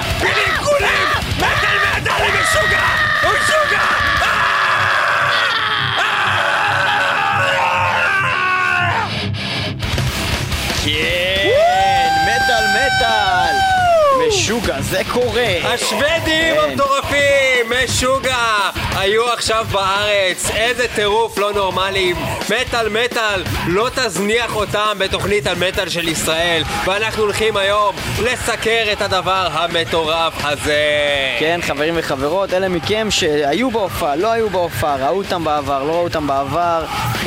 פילים כחולים! מטל עם משוגע! משוגע! כן, מטל! משוגע, זה קורה. השוודים המטורפים, משוגע, היו עכשיו בארץ. איזה טירוף לא נורמלי. מטל, לא תזניח אותם בתוכנית על מטל של ישראל. ואנחנו הולכים היום לסקר את הדבר המטורף הזה. כן, חברים וחברות, אלה מכם שהיו בהופעה, לא היו בהופעה, ראו אותם בעבר, לא ראו אותם בעבר.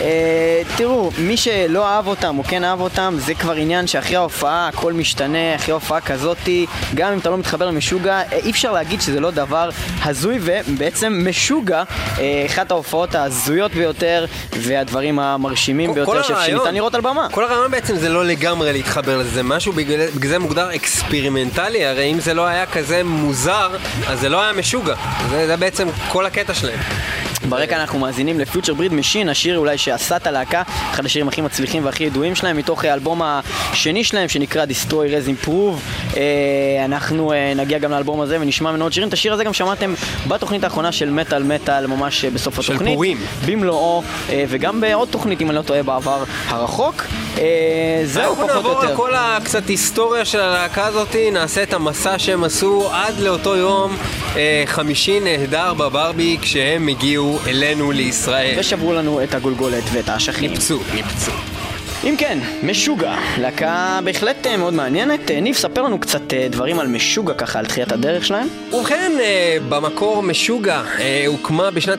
תראו, מי שלא אהב אותם או כן אהב אותם, זה כבר עניין שאחרי ההופעה הכל משתנה. אחרי ההופעה כזאתי, גם אם אתה לא מתחבר למשוגע, אי אפשר להגיד שזה לא דבר הזוי, ובעצם משוגע, אחת ההופעות ההזויות ביותר והדברים המרשימים ביותר שניתן לראות על במה. כל הרעיון בעצם זה לא לגמרי להתחבר לזה, משהו בגלל זה מוגדר אקספרימנטלי. הרי אם זה לא היה כזה מוזר, אז זה לא היה משוגע. זה בעצם כל הקטע שלהם. ברקע אנחנו מאזינים לפיוטר בריד משין, השיר אולי שעשה את הלהקה, אחד השירים הכי מצליחים והכי ידועים שלהם, מתוך האלבום השני שלהם שנקרא Destroy Res Improve. אנחנו נגיע גם לאלבום הזה ונשמע ממנו עוד שירים. את השיר הזה גם שמעתם בתוכנית האחרונה של מטל, ממש בסוף התוכנית. של פורים. במלואו, וגם בעוד תוכנית, אם אני לא טועה, בעבר הרחוק. זהו, פחות או יותר. אנחנו נעבור על כל קצת היסטוריה של הלהקה הזאת, נעשה את המסע שהם עשו עד לאותו יום חמישי נהדר בברבי, כשהם הגיעו אלינו לישראל. ושברו לנו את הגולגולת ואת האשכים. ניפצו. אם כן, משוגע, להקה בהחלט מאוד מעניינת. ניב, ספר לנו קצת דברים על משוגע ככה, על תחיית הדרך שלהם. ובכן, במקור משוגע הוקמה בשנת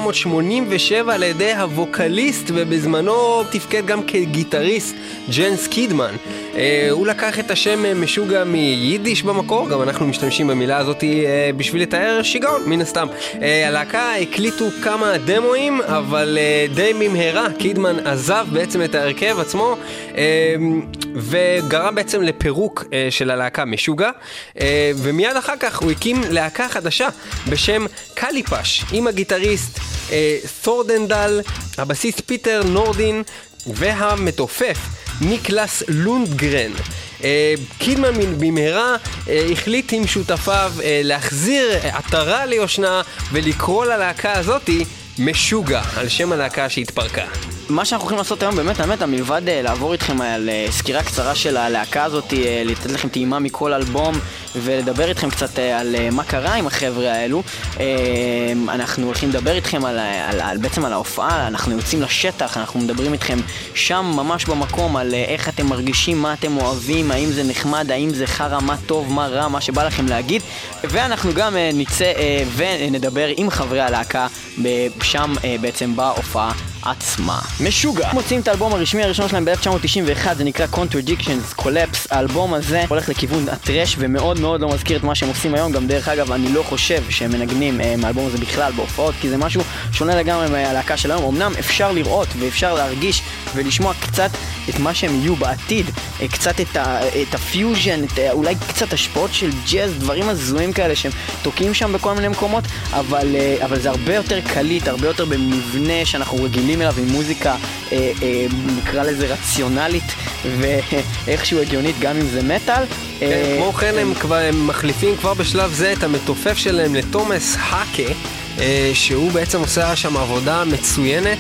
1987 על ידי הווקליסט, ובזמנו תפקד גם כגיטריסט, ג'נס קידמן. הוא לקח את השם משוגע מיידיש במקור, גם אנחנו משתמשים במילה הזאת בשביל לתאר שיגעון, מן הסתם. הלהקה הקליטו כמה דמואים, אבל די במהרה קידמן עזב בעצם את ההרכב עצמו, וגרם בעצם לפירוק של הלהקה משוגע, ומיד אחר כך הוא הקים להקה חדשה בשם קליפש, עם הגיטריסט תורדנדל, הבסיסט פיטר נורדין והמתופף ניקלס לונדגרן. קידמן במהרה החליט עם שותפיו להחזיר עטרה ליושנה ולקרוא ללהקה הזאתי משוגע, על שם הלהקה שהתפרקה. מה שאנחנו הולכים לעשות היום באמת, מלבד לעבור איתכם על סקירה קצרה של הלהקה הזאת, לתת לכם טעימה מכל אלבום ולדבר איתכם קצת על מה קרה עם החבר'ה האלו, אנחנו הולכים לדבר איתכם בעצם על ההופעה. אנחנו יוצאים לשטח, אנחנו מדברים איתכם שם ממש במקום על איך אתם מרגישים, מה אתם אוהבים, האם זה נחמד, האם זה חרא, מה טוב, מה רע, מה שבא לכם להגיד, ואנחנו גם נצא ונדבר עם חברי הלהקה שם בעצם בהופעה עצמה. משוגע מוצאים את האלבום הרשמי הראשון שלהם ב-1991, זה נקרא Contradictions Collapse. האלבום הזה הולך לכיוון הטרש ומאוד מאוד לא מזכיר את מה שהם עושים היום. גם דרך אגב, אני לא חושב שהם מנגנים מהאלבום הזה בכלל בהופעות, כי זה משהו שונה לגמרי מהלהקה של היום. אמנם אפשר לראות ואפשר להרגיש ולשמוע קצת את מה שהם יהיו בעתיד, קצת את הפיוז'ן, אולי קצת השפעות של ג'אז, דברים הזויים כאלה שהם תוקעים שם בכל מיני מקומות, אבל זה הרבה יותר קליט, הרבה יותר במבנה שאנחנו רגילים אליו, עם מוזיקה נקרא לזה רציונלית ואיכשהו הגיונית, גם אם זה מטל. כמו כן הם מחליפים כבר בשלב זה את המתופף שלהם לתומאס האקה, שהוא בעצם עושה שם עבודה מצוינת,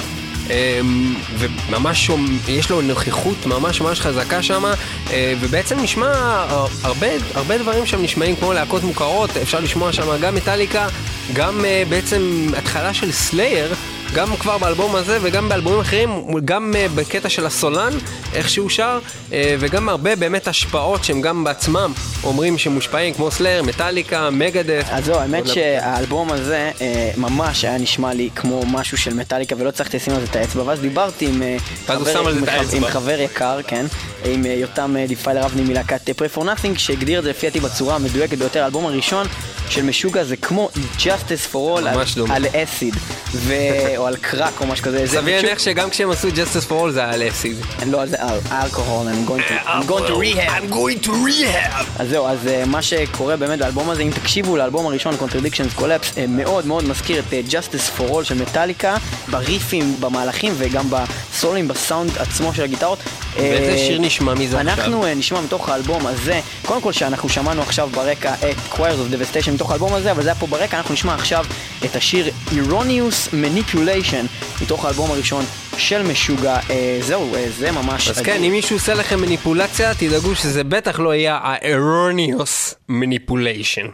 וממש יש לו נוכחות ממש חזקה שם, ובעצם נשמע הרבה דברים שם נשמעים כמו להקות מוכרות. אפשר לשמוע שם גם מטליקה, גם בעצם התחלה של סלייר, גם כבר באלבום הזה וגם באלבומים אחרים, גם בקטע של הסולן, איך שהוא שר, וגם הרבה באמת השפעות שהם גם בעצמם אומרים שמושפעים, כמו סלייר, מטליקה, מגדף. אז זהו, האמת שהאלבום הזה ממש היה נשמע לי כמו משהו של מטליקה, ולא צריכתי לשים על זה את האצבע, ואז דיברתי עם חבר יקר, כן, עם יותם דיפיילר אבני מלהקת Pray for Nothing, שהגדיר את זה לפי דעתי בצורה המדויקת ביותר. האלבום הראשון של משוגע זה כמו Justice for All על אסיד או על קרק או משהו כזה. סביר נח שגם כשהם עשו Justice for All זה על אסיד. לא, זה על אלכוהול. I'm going to rehab. אז זהו, אז מה שקורה באמת באלבום הזה, אם תקשיבו לאלבום הראשון Contradictions Collapse, מאוד מאוד מזכיר את Justice for All של מטליקה בריפים, במהלכים וגם בסולים, בסאונד עצמו של הגיטרות. ואיזה שיר נשמע מזה עכשיו? אנחנו נשמע מתוך האלבום הזה, קודם כל שאנחנו שמענו עכשיו ברקע את Choirs of Devastation מתוך האלבום הזה, אבל זה היה פה ברקע, אנחנו נשמע עכשיו את השיר Erroneous Manipulation מתוך האלבום הראשון של משוגע. זהו, זה ממש... אז כן, אם מישהו עושה לכם מניפולציה, תדאגו שזה בטח לא יהיה ה-Erroneous Manipulation.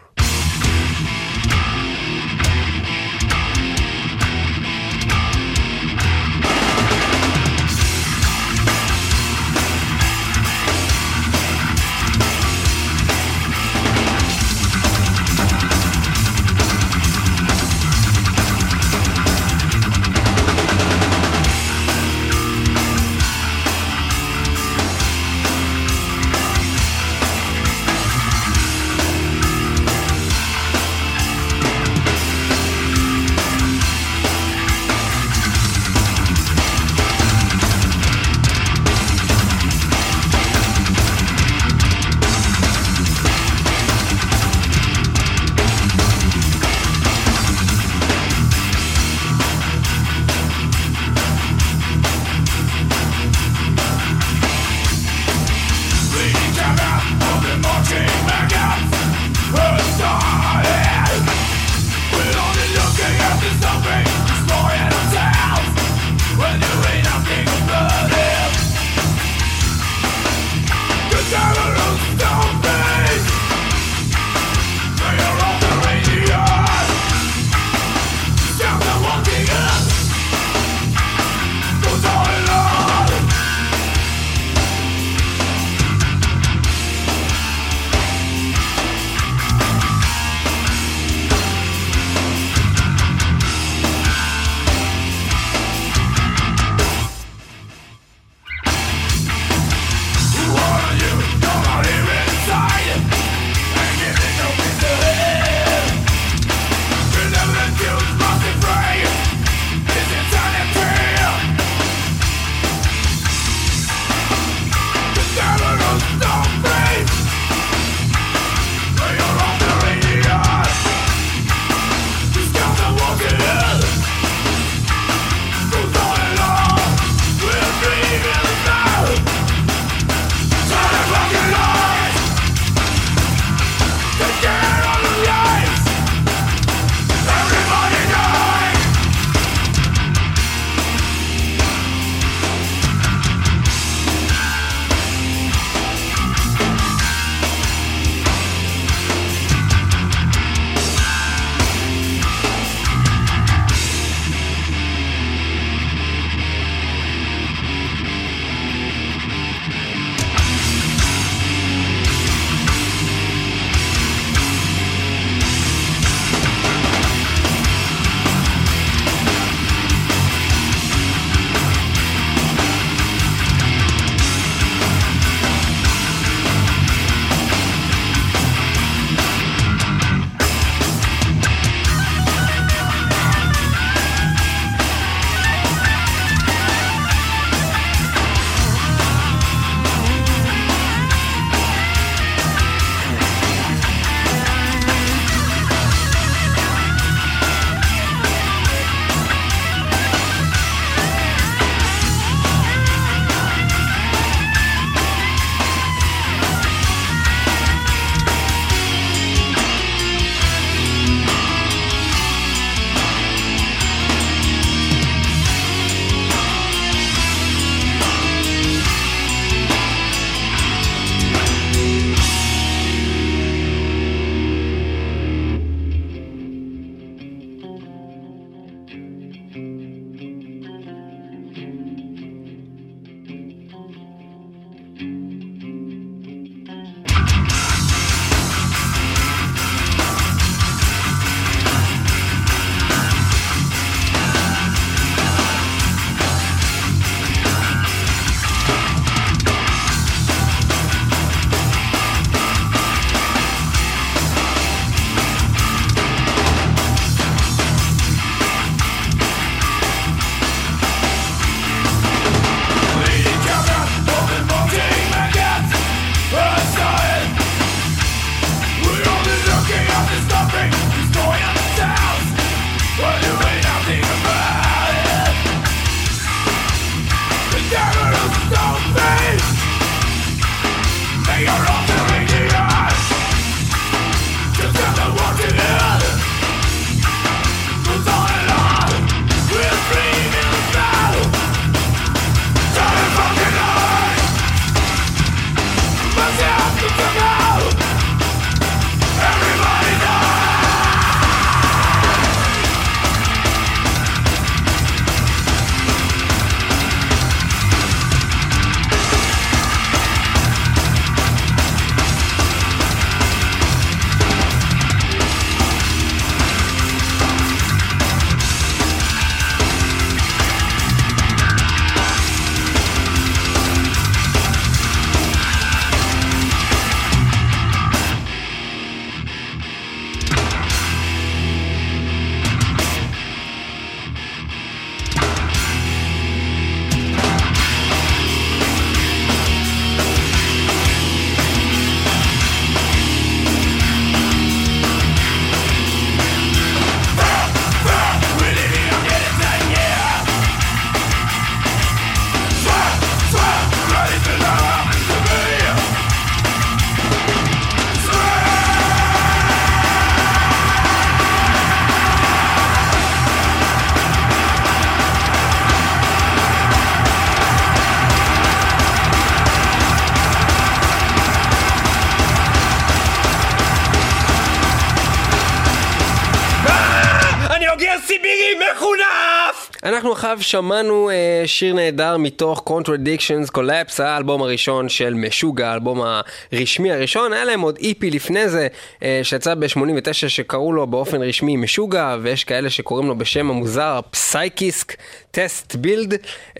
רדיו גיר סיבירי מחונף! אנחנו עכשיו שמענו שיר נהדר מתוך Contradictions Collapse, האלבום הראשון של משוגע, האלבום הרשמי הראשון. היה להם עוד EP לפני זה שיצא ב-89 שקראו לו באופן רשמי משוגע, ויש כאלה שקוראים לו בשם המוזר פסייקיסק טסט בילד.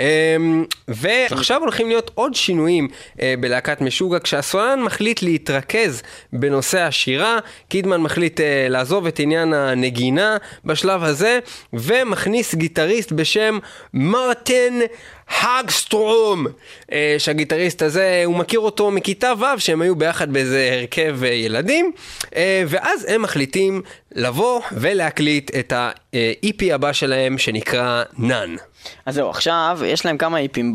ועכשיו הולכים להיות עוד שינויים בלהקת משוגע, כשהסולן מחליט להתרכז בנושא השירה, קידמן מחליט לעזוב את עניין הנגינה בשלב הזה, ומכניס גיטריסט בשם מרטין הגסטרום, שהגיטריסט הזה, הוא מכיר אותו מכיתה ו' שהם היו ביחד באיזה הרכב ילדים, ואז הם מחליטים לבוא ולהקליט את ה-EP הבא שלהם שנקרא נאן. אז זהו, עכשיו יש להם כמה איפים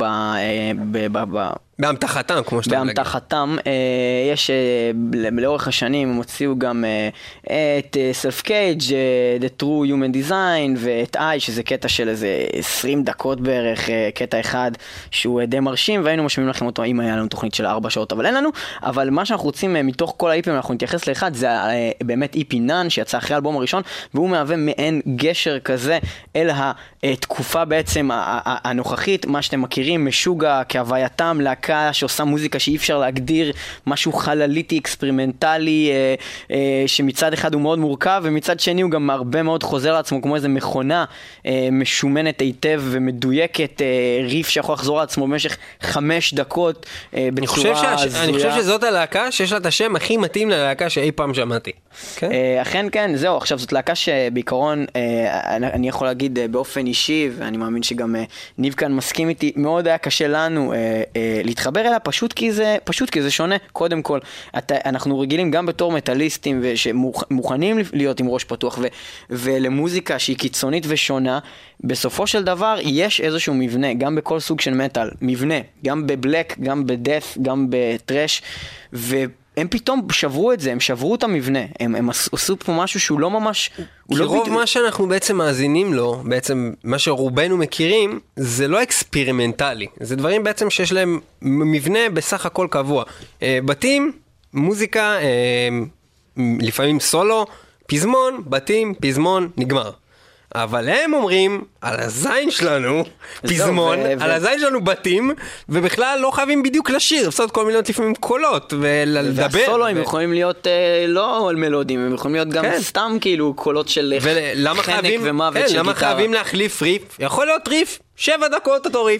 באמתחתם, כמו שאתה מלגע. באמתחתם, יש לאורך השנים, הם הוציאו גם את Self Cage, The True Human Design, ואת I, שזה קטע של איזה 20 דקות בערך, קטע אחד שהוא די מרשים, והיינו משמיעים לכם אותו אם היה לנו תוכנית של 4 שעות, אבל אין לנו. אבל מה שאנחנו רוצים מתוך כל האיפים, אנחנו נתייחס לאחד, זה באמת איפי נאן, שיצא אחרי האלבום הראשון, והוא מהווה מעין גשר כזה אל התקופה בעצם הנוכחית, מה שאתם מכירים, משוגע כהווייתם, להקה שעושה מוזיקה שאי אפשר להגדיר, משהו חלליטי, אקספרימנטלי, שמצד אחד הוא מאוד מורכב, ומצד שני הוא גם הרבה מאוד חוזר לעצמו, כמו איזה מכונה משומנת היטב ומדויקת, ריף שיכול לחזור לעצמו במשך 5 דקות בצורה הזויה. אני חושב שזאת הלהקה שיש לה את השם הכי מתאים ללהקה שאי פעם שמעתי. אכן כן, זהו, עכשיו זאת להקה שבעיקרון אני יכול להגיד באופן אישי, ואני מאמין שגם ניב כאן מסכים איתי, מאוד היה קשה לנו להתחבר אליה, פשוט כי זה שונה. קודם כל, אנחנו רגילים גם בתור מטליסטים שמוכנים להיות עם ראש פתוח ולמוזיקה שהיא קיצונית ושונה, בסופו של דבר יש איזשהו מבנה, גם בכל סוג של מטל, מבנה, גם בבלק, גם בדף, גם בטרש, הם פתאום שברו את זה, הם שברו את המבנה, הם עשו פה משהו שהוא לא ממש... כי רוב מה שאנחנו בעצם מאזינים לו, בעצם מה שרובנו מכירים, זה לא אקספרימנטלי. זה דברים בעצם שיש להם מבנה בסך הכל קבוע. בתים, מוזיקה, לפעמים סולו, פזמון, בתים, פזמון, נגמר. אבל הם אומרים, על הזין שלנו, פזמון, על הזין שלנו בתים, ובכלל לא חייבים בדיוק לשיר, בסוד כל מיליון לפעמים קולות, ולדבר. והסולואים יכולים להיות לא מלודים, הם יכולים להיות גם סתם כאילו קולות של חנק ומוות של גיטרה. למה חייבים להחליף ריף? יכול להיות ריף 7 דקות אותו ריף.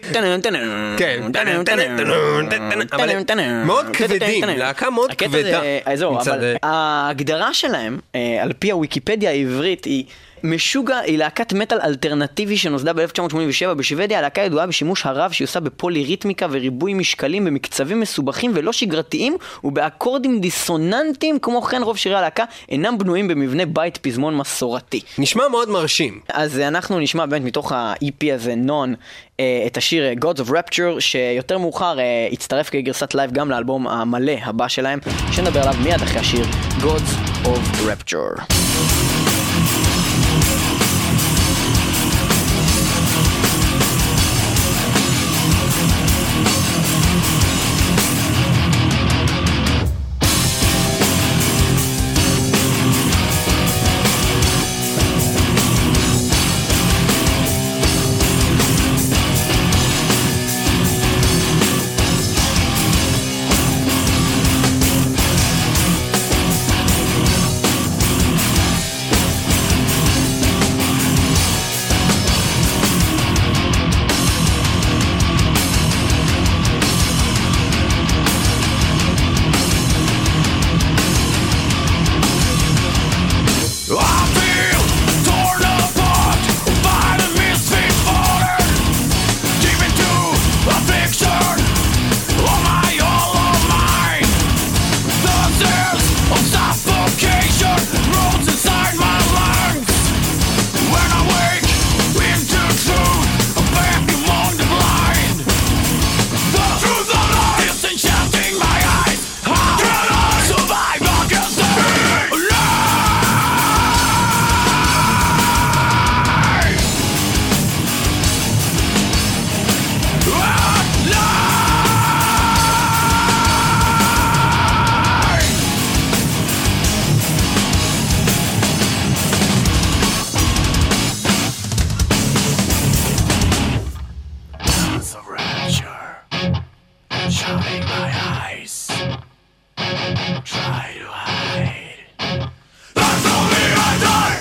אבל מאוד כבדים, להקה מאוד כבדה. אבל ההגדרה שלהם, על פי הוויקיפדיה העברית, היא משוגע היא להקת מטל אלטרנטיבי שנוסדה ב-1987 בשוודיה. הלהקה ידועה בשימוש הרב שהיא עושה בפוליריתמיקה וריבוי משקלים במקצבים מסובכים ולא שגרתיים ובאקורדים דיסוננטיים. כמו כן רוב שירי הלהקה אינם בנויים במבנה בית פזמון מסורתי. נשמע מאוד מרשים. אז אנחנו נשמע באמת מתוך ה-EP הזה נון את השיר Gods of Rapture, שיותר מאוחר הצטרף כגרסת לייב גם לאלבום המלא הבא שלהם, שנדבר עליו מיד אחרי השיר Gods of Rapture. try to hide. That's only I die.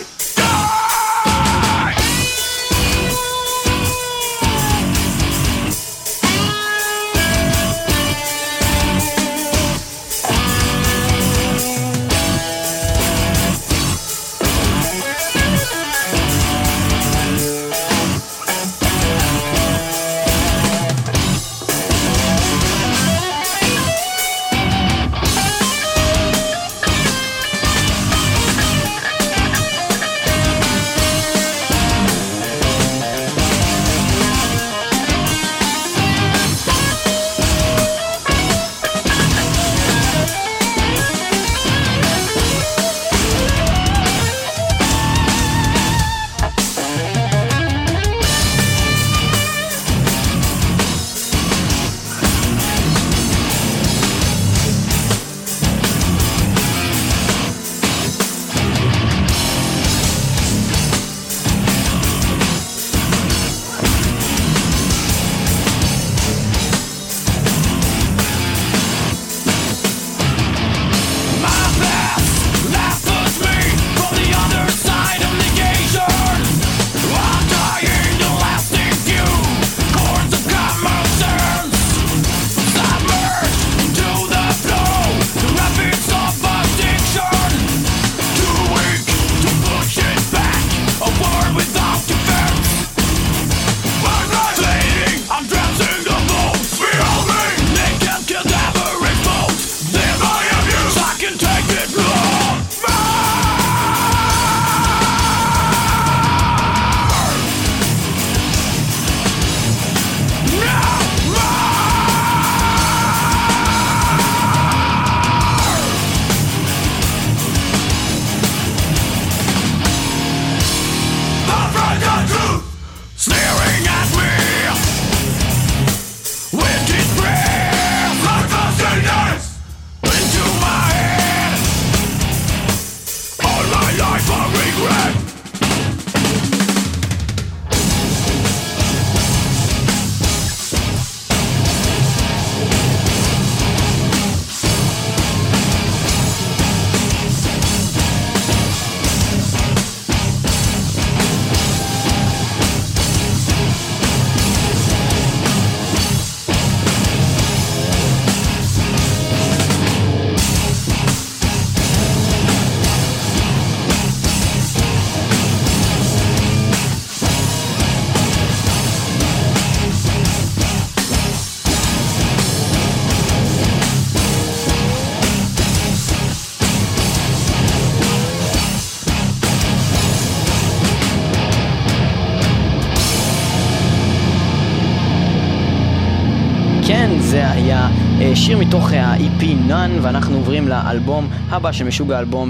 זה היה שיר מתוך ה-EP None, ואנחנו עוברים לאלבום הבא של משוגע, אלבום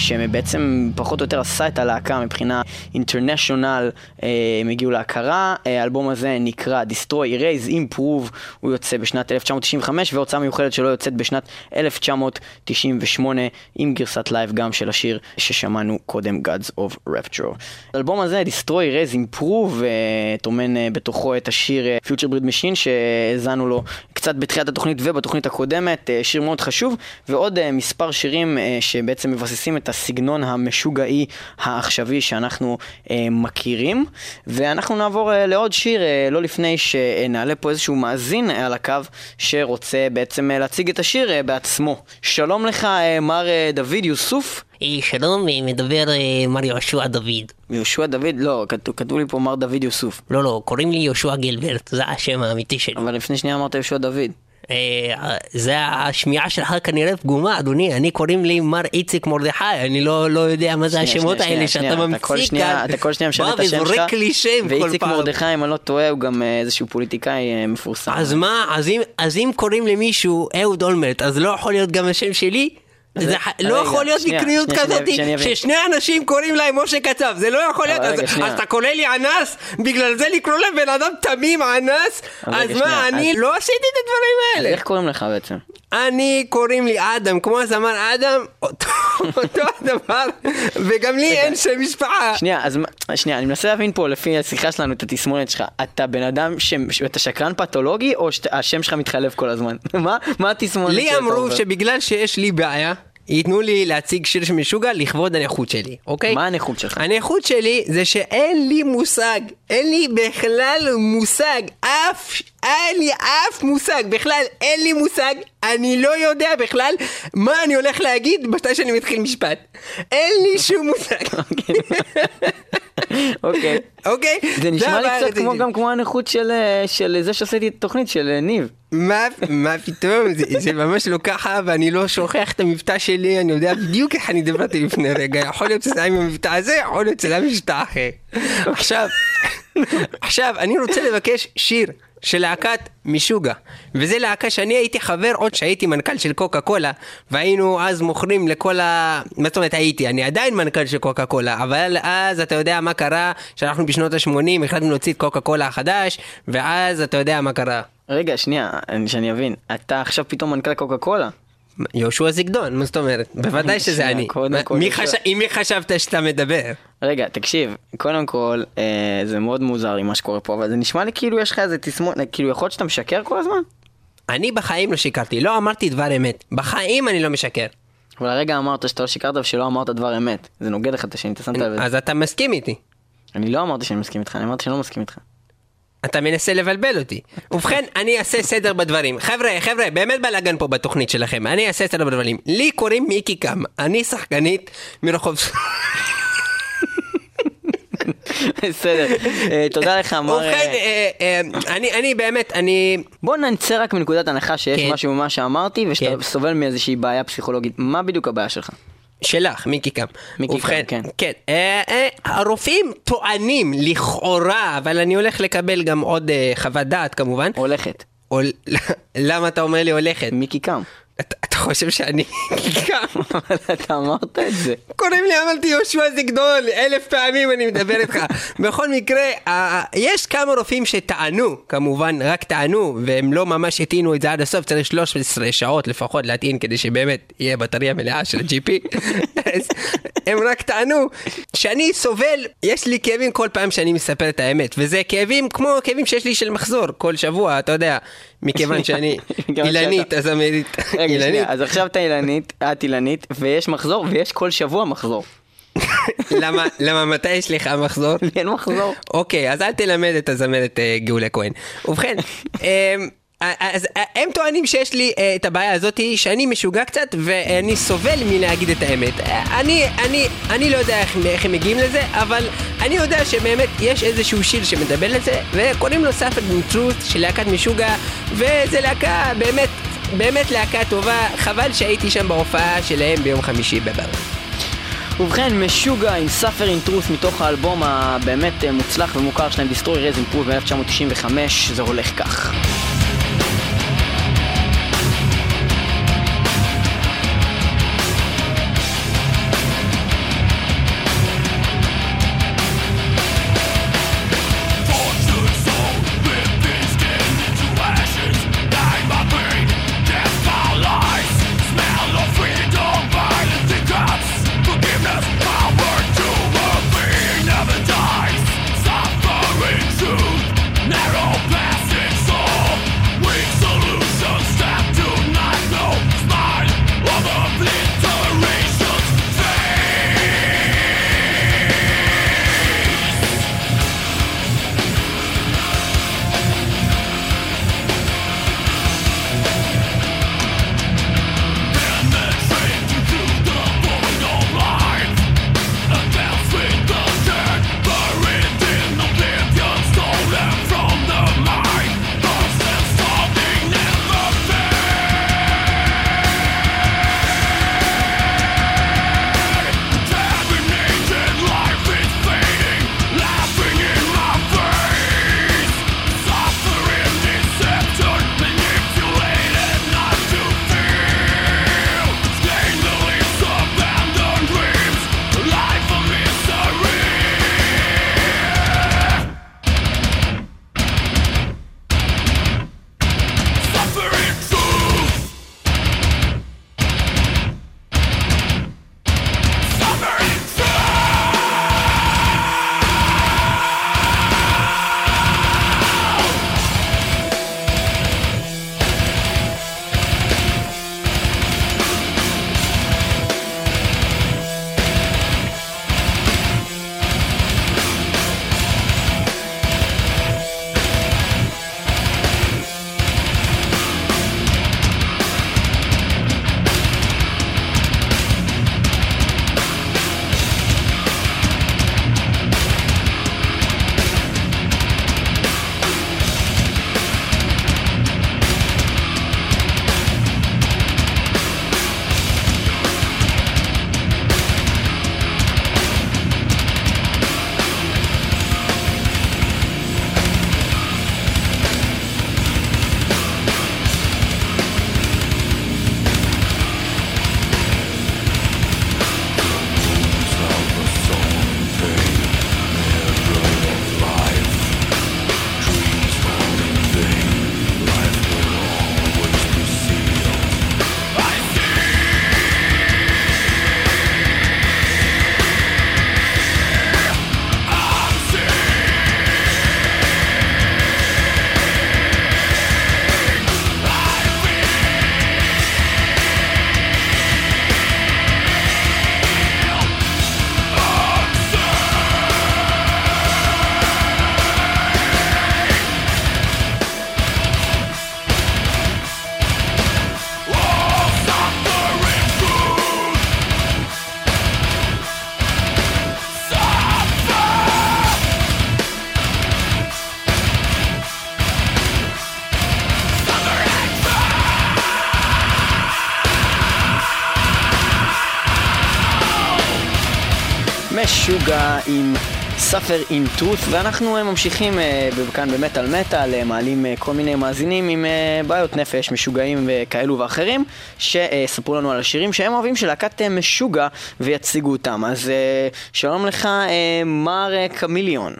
שבעצם פחות או יותר עשה את הלהקה מבחינה אינטרנשיונל, הם הגיעו להכרה. האלבום הזה נקרא Destroy Erase Improve, הוא יוצא בשנת 1995, והוצאה מיוחדת שלו יוצאת בשנת 1998 עם גרסת לייב גם של השיר ששמענו קודם, Gods of Rapture. האלבום הזה, Destroy Erase Improve, תומן בתוכו את השיר Future Breed Machine שהזנו לו קצת בתחילת התוכנית ובתוכנית הקודמת, שיר מאוד חשוב, ועוד מספר שירים שבעצם מבססים את הסגנון המשוגעי העכשווי שאנחנו מכירים. ואנחנו נעבור לעוד שיר, לא לפני שנעלה פה איזשהו מאזין על הקו שרוצה בעצם להציג את השיר בעצמו. שלום לך מר דוד יוסוף. שלום, מדבר מר יהושע דוד. יהושע דוד? לא, כתוב לי פה מר דוד יוסוף. לא, קוראים לי יהושע גילברט, זה השם האמיתי שלי. אבל לפני שנייה אמרת יהושע דוד. זה השמיעה שלך כנראה פגומה, אדוני. אני קוראים לי מר איציק מרדכי, אני לא יודע מה זה השמות האלה שאתה ממציא כאן. אתה כל שנייה משנה את השם שלך, ואיציק מרדכי, אם אני לא טועה, הוא גם איזשהו פוליטיקאי מפורסם. אז מה, אז אם קוראים למישהו אהוד אולמרט, אז לא יכול להיות גם השם שלי? זה לא יכול להיות מקריות כזאת ששני אנשים קוראים להם משה קצב, זה לא יכול להיות. אז אתה קורא לי אנס, בגלל זה לקרוא לבן אדם תמים אנס? אז מה, אני לא עשיתי את הדברים האלה. איך קוראים לך בעצם? אני קוראים לי אדם, כמו הזמר אדם, אותו הדבר, וגם לי אין שם משפחה. שנייה, אני מנסה להבין פה לפי השיחה שלנו את התסמונת שלך. אתה בן אדם שאתה שקרן פתולוגי, או שהשם שלך מתחלף כל הזמן? מה התסמונת שאתה עובר? לי אמרו שבגלל שיש לי בעיה, ייתנו לי להציג שיר של משוגע לכבוד הנכות שלי, אוקיי? מה הנכות שלך? הנכות שלי זה שאין לי מושג, אין לי בכלל מושג, אין לי אף מושג, בכלל אין לי מושג, אני לא יודע בכלל מה אני הולך להגיד מתי שאני מתחיל משפט. אין לי שום מושג. אוקיי. זה נשמע לי קצת גם כמו הנכות של זה שעשיתי תוכנית של ניב. מה פתאום, זה ממש לא ככה, ואני לא שוכח את המבטא שלי, אני יודע בדיוק איך אני דיברתי לפני רגע, יכול להיות שזה עם המבטא הזה, יכול להיות שזה מבטא אחר. עכשיו, אני רוצה לבקש שיר של להקת משוגע, וזה להקה שאני הייתי חבר עוד שהייתי מנכ"ל של קוקה קולה, והיינו אז מוכרים לכל מה זאת אומרת אני עדיין מנכ"ל של קוקה קולה, אבל אז אתה יודע מה קרה, שאנחנו בשנות ה-80 החלטנו להוציא את קוקה קולה החדש, ואז אתה יודע מה קרה. רגע, שנייה, שאני אבין, אתה עכשיו פתאום מנכ"ל קוקה קולה? יהושע זיגדון, מה זאת אומרת? בוודאי שזה אני. מי חשבת שאתה מדבר? רגע, תקשיב, קודם כל, זה מאוד מוזר לי מה שקורה פה, אבל זה נשמע לי כאילו יש לך איזה תסמונת, כאילו יכול להיות שאתה משקר כל הזמן? אני בחיים לא שיקרתי, לא אמרתי דבר אמת. בחיים אני לא משקר. אבל הרגע אמרת שאתה לא שיקרת ושלא אמרת דבר אמת. זה נוגד לך את השני, אתה שמת לב. אז אתה מסכים איתי. אני לא אמרתי שאני מסכים איתך, אני אמרתי שאני לא מסכים איתך. אתה מנסה לבלבל אותי. ובכן, אני אעשה סדר בדברים. חבר'ה, באמת בלגן פה בתוכנית שלכם. אני אעשה סדר בדברים. לי קוראים מיקי קם. אני שחקנית מרחוב... בסדר. תודה לך, מר... ובכן, אני באמת, בוא ננצא רק מנקודת הנחה שיש משהו ממה שאמרתי, ושאתה סובל מאיזושהי בעיה פסיכולוגית. מה בדיוק הבעיה שלך? שלך, מיקי קם. ובכן, כן. הרופאים טוענים לכאורה, אבל אני הולך לקבל גם עוד חוות דעת כמובן. הולכת. למה אתה אומר לי הולכת? מיקי קם. אתה חושב שאני קם? אבל אתה אמרת את זה. קוראים לי, אמרתי יהושע זיגדון, 1000 פעמים אני מדבר איתך. בכל מקרה, יש כמה רופאים שטענו, כמובן רק טענו, והם לא ממש הטעינו את זה עד הסוף, צריך 13 שעות לפחות להטעין כדי שבאמת יהיה בטריה מלאה של ה-GP. הם רק טענו שאני סובל, יש לי כאבים כל פעם שאני מספר את האמת, וזה כאבים כמו כאבים שיש לי של מחזור כל שבוע, אתה יודע, מכיוון שאני אילנית, אז אמרית אילנית. אז עכשיו את אילנית, ויש מחזור, ויש כל שבוע מחזור. למה מתי יש לך מחזור? אין מחזור. אוקיי, אז אל תלמד את הזמרת גאולה כהן. ובכן, אז הם טוענים שיש לי את הבעיה הזאת שאני משוגע קצת ואני סובל מלהגיד את האמת. אני לא יודע איך הם מגיעים לזה, אבל אני יודע שבאמת יש איזשהו שיר שמדבר לזה, וקוראים לו Suffered in Truth של להקת משוגע, וזה להקה באמת להקה טובה. חבל שהייתי שם בהופעה שלהם ביום חמישי בברלין. ובכן, משוגע עם Suffer in Truth מתוך האלבום הבאמת מוצלח ומוכר שלהם Destroy Raise and Prove ב-1995, זה הולך כך. Narrow passage, soul משוגע עם Suffer in Truth, ואנחנו ממשיכים כאן במטל מטל, מעלים כל מיני מאזינים עם בעיות נפש, משוגעים וכאלו ואחרים, שספרו לנו על השירים שהם אוהבים של להקת משוגע ויציגו אותם. אז שלום לך מר קמיליון.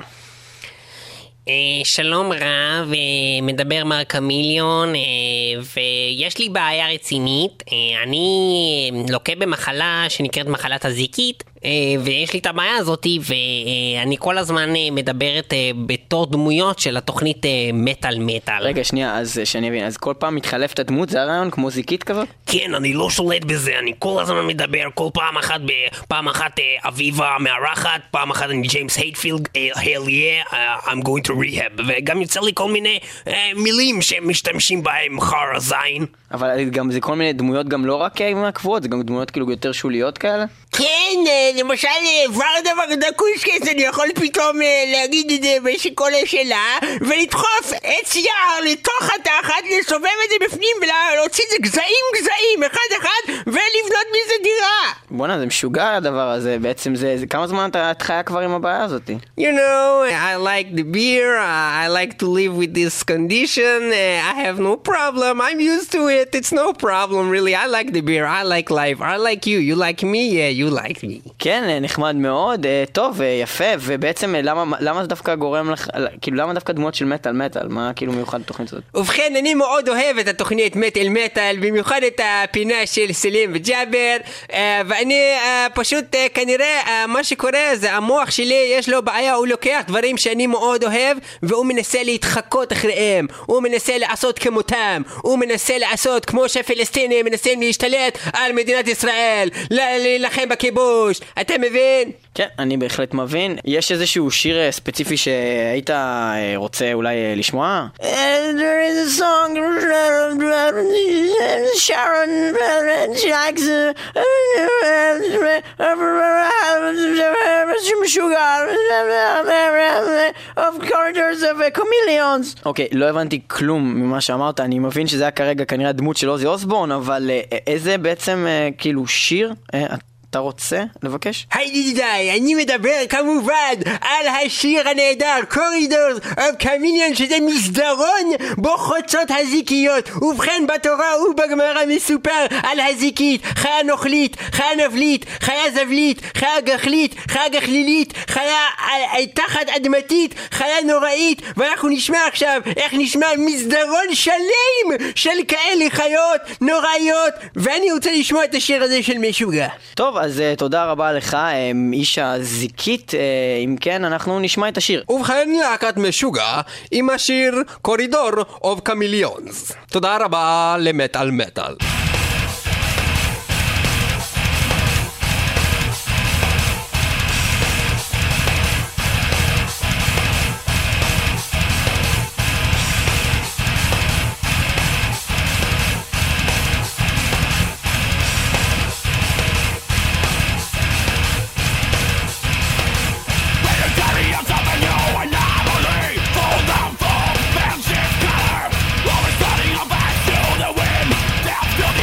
שלום רב, מדבר מר קמיליון, ויש לי בעיה רצינית. אני לוקה במחלה שנקראת מחלת הזיקית, ויש לי את הבעיה הזאת, ואני כל הזמן מדברת בתור דמויות של התוכנית מטל מטל. רגע, שנייה, אז שאני אבין, אז כל פעם מתחלף את הדמות, זה הרעיון כמו זיקית כזאת? כן, אני לא שולט בזה, אני כל הזמן מדבר, כל פעם אחת אביבה מארחת, פעם אחת אני ג'יימס הייטפילד, hell yeah, I'm going to rehab, וגם יוצא לי כל מיני מילים שמשתמשים בהם, חר זין. אבל גם זה כל מיני דמויות גם לא רק מהקבועות, זה גם דמויות כאילו יותר שוליות כאלה? כן, למשל ורדה ורדקושקס, אני יכול פתאום להגיד את זה בשקולה שלה, ולדחוף עץ יער לתוך התחת, לסובב את זה בפנים ולהוציא את זה גזעים, אחד ולבנות מזה דירה. בוא'נה, זה משוגע הדבר הזה, בעצם זה כמה זמן את חיה כבר עם הבעיה הזאת? You know, I like the beer, I like to live with this condition, I have no problem, I'm used to it, it's no problem really, I like the beer, I like life, I like you, you like me, yeah, you like me. כן, נחמד מאוד, טוב, יפה, ובעצם למה זה דווקא גורם לך, כאילו למה דווקא דמות של מטל, מה כאילו מיוחד בתוכנית הזאת? ובכן, אני מאוד אוהב את התוכנית מטל, במיוחד את הפינה של סלים וג'אבר, ואני פשוט כנראה מה שקורה זה המוח שלי יש לו בעיה, הוא לוקח דברים שאני מאוד אוהב והוא מנסה להתחקות אחריהם, הוא מנסה לעשות כמותם, הוא מנסה לעשות כמו שהפלסטינים מנסים להשתלט על מדינת ישראל, להילחם בכיבוש, אתה מבין? כן, אני בהחלט מבין. יש איזשהו שיר ספציפי שהיית רוצה אולי לשמוע? There is a song Sharon she likes sugar of corridors of chameleons. אוקיי, לא הבנתי כלום ממה שאמרת, אני מבין שזה היה כרגע כנראה דמות של עוזי אוסבורן, אבל איזה בעצם כאילו שיר אתה רוצה לבקש? היי ידידיי, אני מדבר כמובן על השיר הנהדר Corridors of Chameleons, שזה מסדרון בו חוצות הזיקיות. ובכן, בתורה ובגמרא מסופר על הזיקית, חיה נוכלית, חיה נבלית, חיה זבלית, חיה גחלית, חיה גחלילית, חיה תחת אדמתית, חיה נוראית. ואנחנו נשמע עכשיו איך נשמע מסדרון שלם של כאלה חיות נוראיות, ואני רוצה לשמוע את השיר הזה של משוגע. טוב, אז תודה רבה לך, איש הזיקית. אם כן, אנחנו נשמע את השיר. ובכן, להקת משוגע עם השיר Corridor of Chameleons. תודה רבה למטל מטל. Death to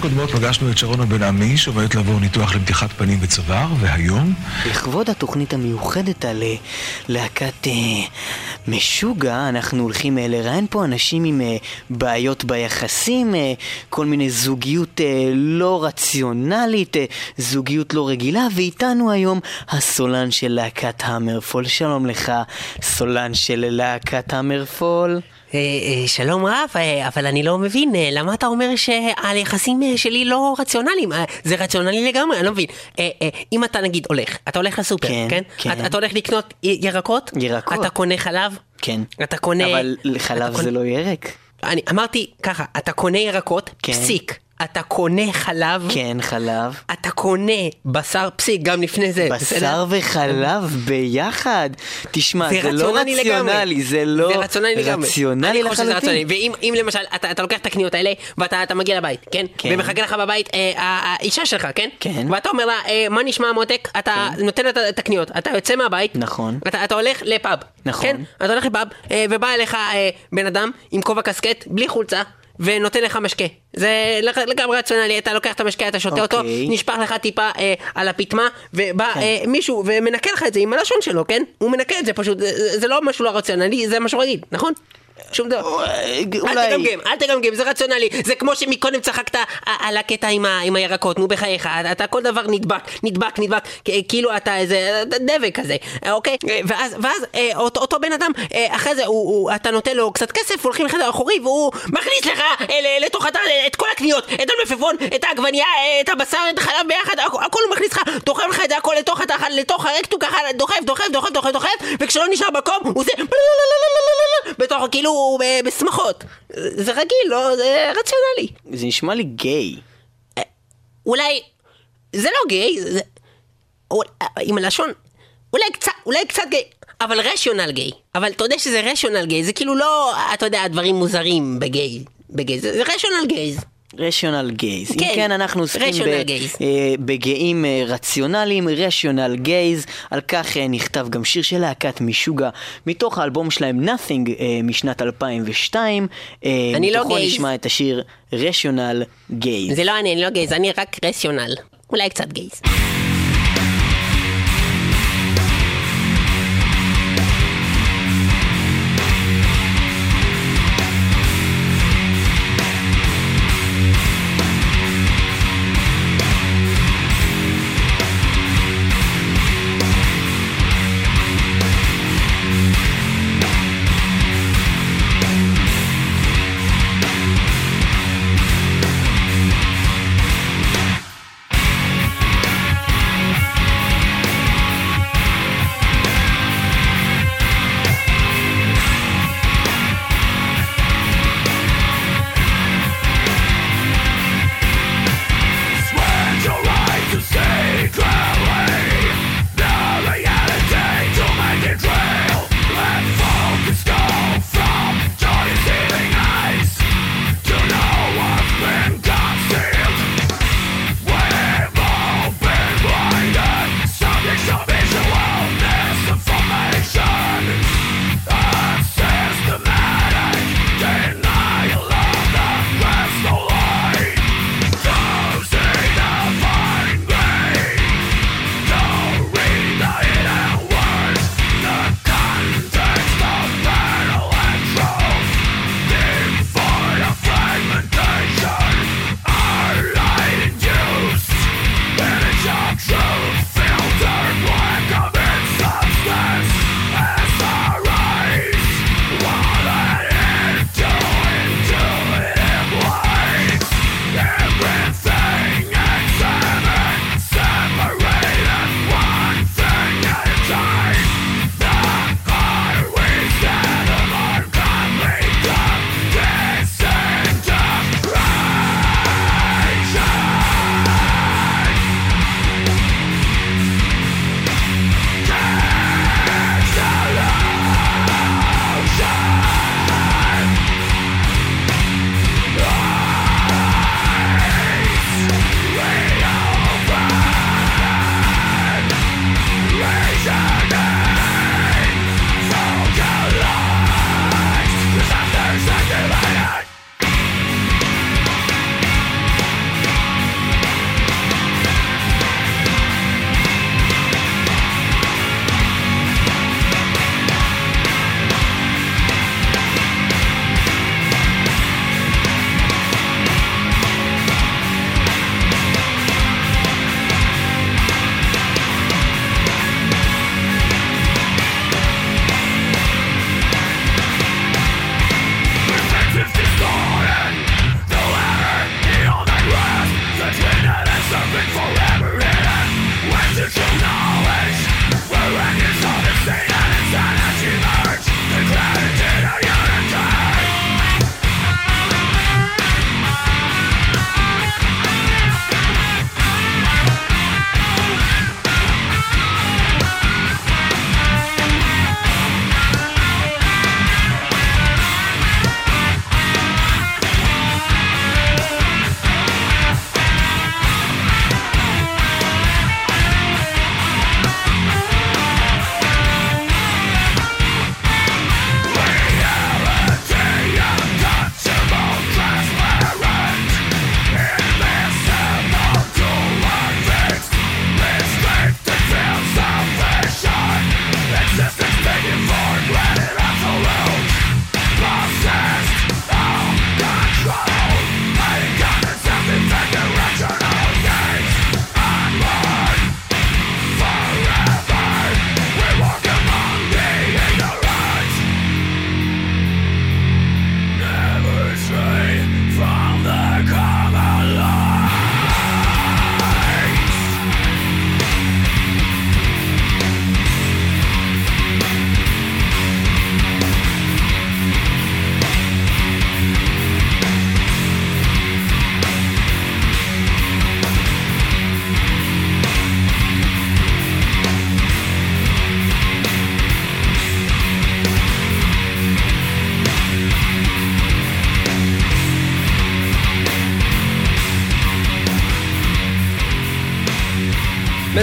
הקודמות פגשנו את שרונה בן עמי, שעובדת לעבור ניתוח למתיחת פנים וצוואר, והיום... לכבוד התוכנית המיוחדת על להקת משוגע, אנחנו הולכים לראיין פה אנשים עם בעיות ביחסים, כל מיני זוגיות לא רציונלית, זוגיות לא רגילה, ואיתנו היום הסולן של להקת המרפול. שלום לך, סולן של להקת המרפול. שלום רב, אבל אני לא מבין, למה אתה אומר שהיחסים שלי לא רציונליים? זה רציונלי לגמרי, אני לא מבין. אם אתה נגיד אתה הולך לסופר, כן? אתה הולך לקנות ירקות? ירקות. אתה קונה חלב? כן. אתה קונה... אבל חלב זה לא ירק. אני אמרתי ככה, אתה קונה ירקות, פסיק. אתה קונה חלב. כן, חלב. אתה קונה בשר, פסיק, גם לפני זה. בשר וחלב ביחד. תשמע, זה לא רציונלי, זה לא רציונלי לחלוטין. ואם למשל, אתה לוקח את הקניות האלה, ואתה מגיע לבית, כן? ומחכה לך בבית האישה שלך, כן? כן. ואתה אומר לה, מה נשמע מותק? אתה נותן לה את הקניות, אתה יוצא מהבית. נכון. אתה הולך לפאב. נכון. כן? אתה הולך לפאב, ובא אליך בן אדם עם כובע קסקט, בלי חולצה. ונותן לך משקה. זה לגמרי רציונלי, אתה לוקח את המשקה, אתה שותה אותו, נשפך לך טיפה על הפתמה, ובא מישהו ומנקה לך את זה עם הלשון שלו, כן? הוא מנקה את זה פשוט, זה לא משהו לא רציונלי, זה משהו רגיל, נכון? שום דבר. אל תגמגם, זה רציונלי. זה כמו שמקודם צחקת על הקטע עם הירקות, נו בחייך, אתה כל דבר נדבק, כאילו אתה איזה דבק כזה, אוקיי? ואז אותו בן אדם, אחרי זה אתה נותן לו קצת כסף, הולכים לחדר אחורי, והוא מכניס לך לתוך את כל הקניות, את המלפפון, את העגבנייה, את הבשר, את החלב ביחד, הכל הוא מכניס לך, דוחף לך את זה הכל לתוך הרקטום, ככה דוחף, וכשלא נשאר מקום, הוא עושה בתוך כאילו בשמחות. זה רגיל, לא? זה רציונלי. זה נשמע לי גיי. אולי זה לא גיי, עם הלשון אולי קצת גיי, אבל רשיונל גיי. אבל אתה יודע שזה רשיונל גיי, זה כאילו לא, אתה יודע, דברים מוזרים בגיי, זה רשיונל גייז. רשיונל גייז. אם כן, אנחנו עוסקים בגאים רציונליים, רשיונל גייז. על כך נכתב גם שיר של להקת משוגע מתוך האלבום שלהם Nothing משנת 2002. אני לא גייז. נשמע את השיר רשיונל גייז. זה לא אני לא גייז, אני רק רשיונל, אולי קצת גייז.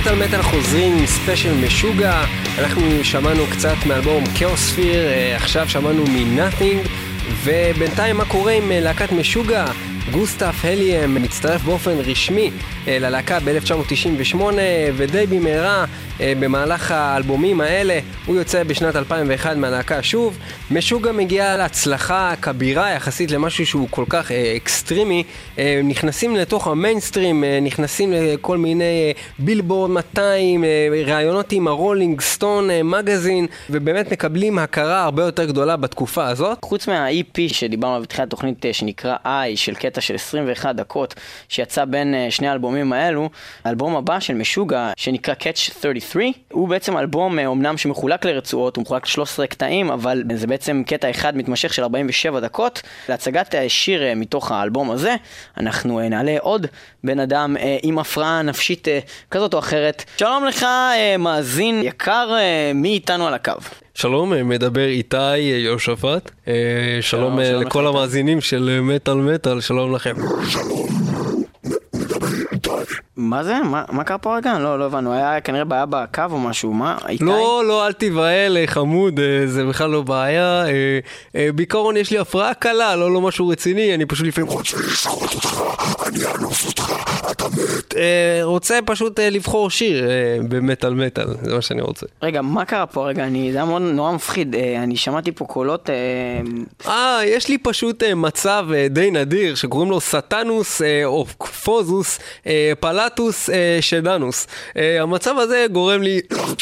מטל חוזרים עם ספיישל משוגע. אנחנו שמענו קצת מאלבום כאוספיר, עכשיו שמענו מ-Nothing, ובינתיים מה קורה עם להקת משוגע? גוסטף הליאם מצטרף באופן רשמי ללהקה ב-1998, ודי במהרה במהלך האלבומים האלה הוא יוצא בשנת 2001 מהלהקה שוב. משוגע מגיעה להצלחה כבירה יחסית למשהו שהוא כל כך אקסטרימי, נכנסים לתוך המיינסטרים, נכנסים לכל מיני בילבורד 200, ראיונות עם הרולינג סטון מגזין, ובאמת מקבלים הכרה הרבה יותר גדולה בתקופה הזאת. חוץ מה-EP שדיברנו על בתחילת התוכנית שנקרא I, של קטע של 21 דקות שיצא בין שני האלבומים האלו, האלבום הבא של משוגע שנקרא Catch 33, הוא בעצם אלבום אומנם שמחולק לרצועות, הוא מחולק ל-13 קטעים, אבל זה בעצם קטע אחד מתמשך של 47 דקות. להצגת שיר מתוך האלבום הזה אנחנו נעלה עוד בן אדם עם הפרעה נפשית כזאת או אחרת. שלום לך מאזין יקר, מי איתנו על הקו? שלום, מדבר איתי יושפט. שלום לכל המאזינים של מטל, שלום לכם. שלום, מדבר איתי. מה זה? מה קרה פה רגע? לא הבנו, היה כנראה בעיה בקו או משהו, מה? איתי? לא, אל תבהל, חמוד, זה בכלל לא בעיה. בעיקרון יש לי הפרעה קלה, לא משהו רציני, אני פשוט לפעמים רוצה לשחוט אותך, אני אנוס אותך, אתה מת. רוצה פשוט לבחור שיר במטל, זה מה שאני רוצה. רגע, מה קרה פה רגע? זה היה מאוד נורא מפחיד, אני שמעתי פה קולות... יש לי פשוט מצב די נדיר שקוראים לו סטנוס או פוזוס פלטוס שדנוס. המצב הזה גורם לי